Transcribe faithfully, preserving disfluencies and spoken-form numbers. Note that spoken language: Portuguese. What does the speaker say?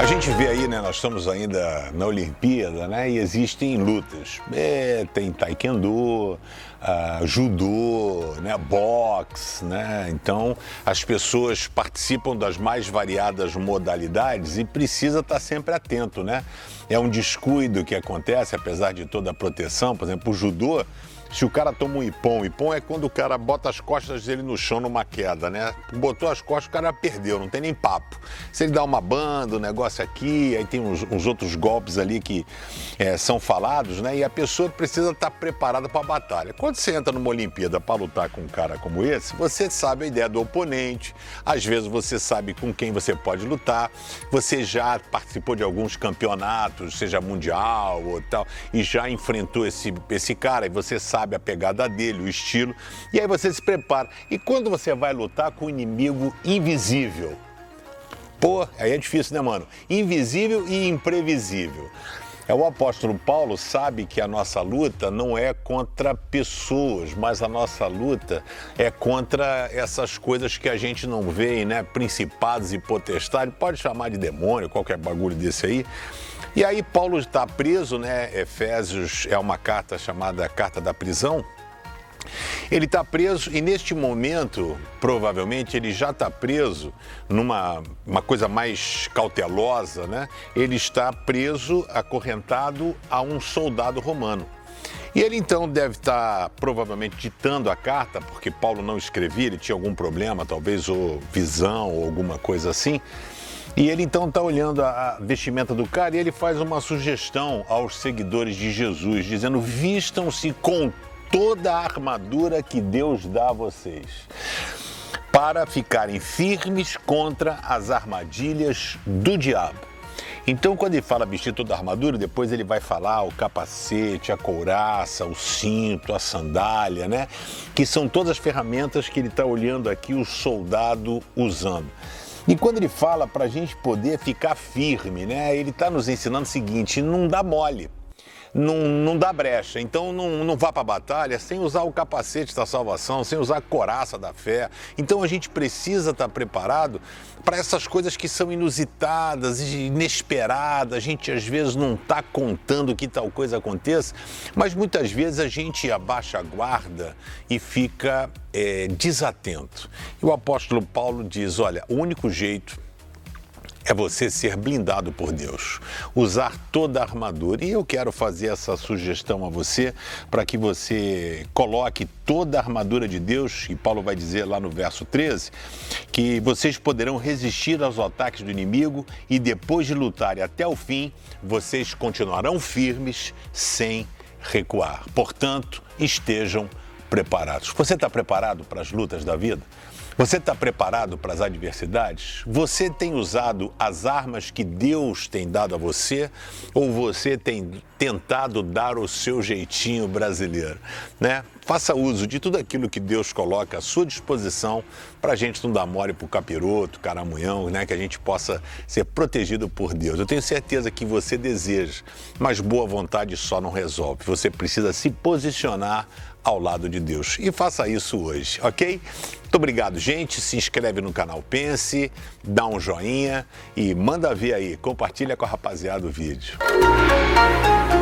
A gente vê aí, né, nós estamos ainda na Olimpíada, né, e existem lutas. É, tem taekwondo, uh, judô, né, boxe, né, então as pessoas participam das mais variadas modalidades e precisa estar sempre atento, né? É um descuido que acontece, apesar de toda a proteção. Por exemplo, o judô, se o cara toma um ipom, ipom é quando o cara bota as costas dele no chão numa queda, né? Botou as costas, o cara perdeu, não tem nem papo. Se ele dá uma banda, o um negócio aqui, aí tem uns, uns outros golpes ali que é, são falados, né? E a pessoa precisa estar preparada para a batalha. Quando você entra numa Olimpíada para lutar com um cara como esse, você sabe a ideia do oponente, às vezes você sabe com quem você pode lutar, você já participou de alguns campeonatos, seja mundial ou tal, e já enfrentou esse, esse cara, e você sabe a pegada dele, o estilo, e aí você se prepara. E quando você vai lutar com um inimigo invisível? Pô, aí é difícil, né, mano? Invisível e imprevisível. É, o apóstolo Paulo sabe que a nossa luta não é contra pessoas, mas a nossa luta é contra essas coisas que a gente não vê, né? Principados e potestades, pode chamar de demônio, qualquer bagulho desse aí. E aí Paulo está preso, né? Efésios é uma carta chamada Carta da Prisão. Ele está preso e neste momento, provavelmente, ele já está preso numa uma coisa mais cautelosa, né? Ele está preso, acorrentado a um soldado romano. E ele então deve estar provavelmente ditando a carta, porque Paulo não escrevia, ele tinha algum problema, talvez ou visão ou alguma coisa assim. E ele então está olhando a vestimenta do cara e ele faz uma sugestão aos seguidores de Jesus, dizendo: vistam-se com toda a armadura que Deus dá a vocês, para ficarem firmes contra as armadilhas do diabo. Então, quando ele fala vestir toda a armadura, depois ele vai falar o capacete, a couraça, o cinto, a sandália, né? Que são todas as ferramentas que ele está olhando aqui o soldado usando. E quando ele fala para a gente poder ficar firme, né? Ele está nos ensinando o seguinte: não dá mole. Não, não dá brecha, então não, não vá para a batalha sem usar o capacete da salvação, sem usar a couraça da fé. Então a gente precisa estar preparado para essas coisas que são inusitadas, inesperadas. A gente às vezes não está contando que tal coisa aconteça, mas muitas vezes a gente abaixa a guarda e fica é, desatento. E o apóstolo Paulo diz: olha, o único jeito é você ser blindado por Deus, usar toda a armadura. E eu quero fazer essa sugestão a você, para que você coloque toda a armadura de Deus, e Paulo vai dizer lá no verso treze, que vocês poderão resistir aos ataques do inimigo e depois de lutarem até o fim, vocês continuarão firmes sem recuar. Portanto, estejam preparados. Você está preparado para as lutas da vida? Você está preparado para as adversidades? Você tem usado as armas que Deus tem dado a você? Ou você tem tentado dar o seu jeitinho brasileiro, né? Faça uso de tudo aquilo que Deus coloca à sua disposição para a gente não dar mole para o capiroto, caramunhão, né? Que a gente possa ser protegido por Deus. Eu tenho certeza que você deseja, mas boa vontade só não resolve. Você precisa se posicionar ao lado de Deus. E faça isso hoje, ok? Muito obrigado, gente. Se inscreve no canal Pense, dá um joinha e manda ver aí. Compartilha com a rapaziada o vídeo.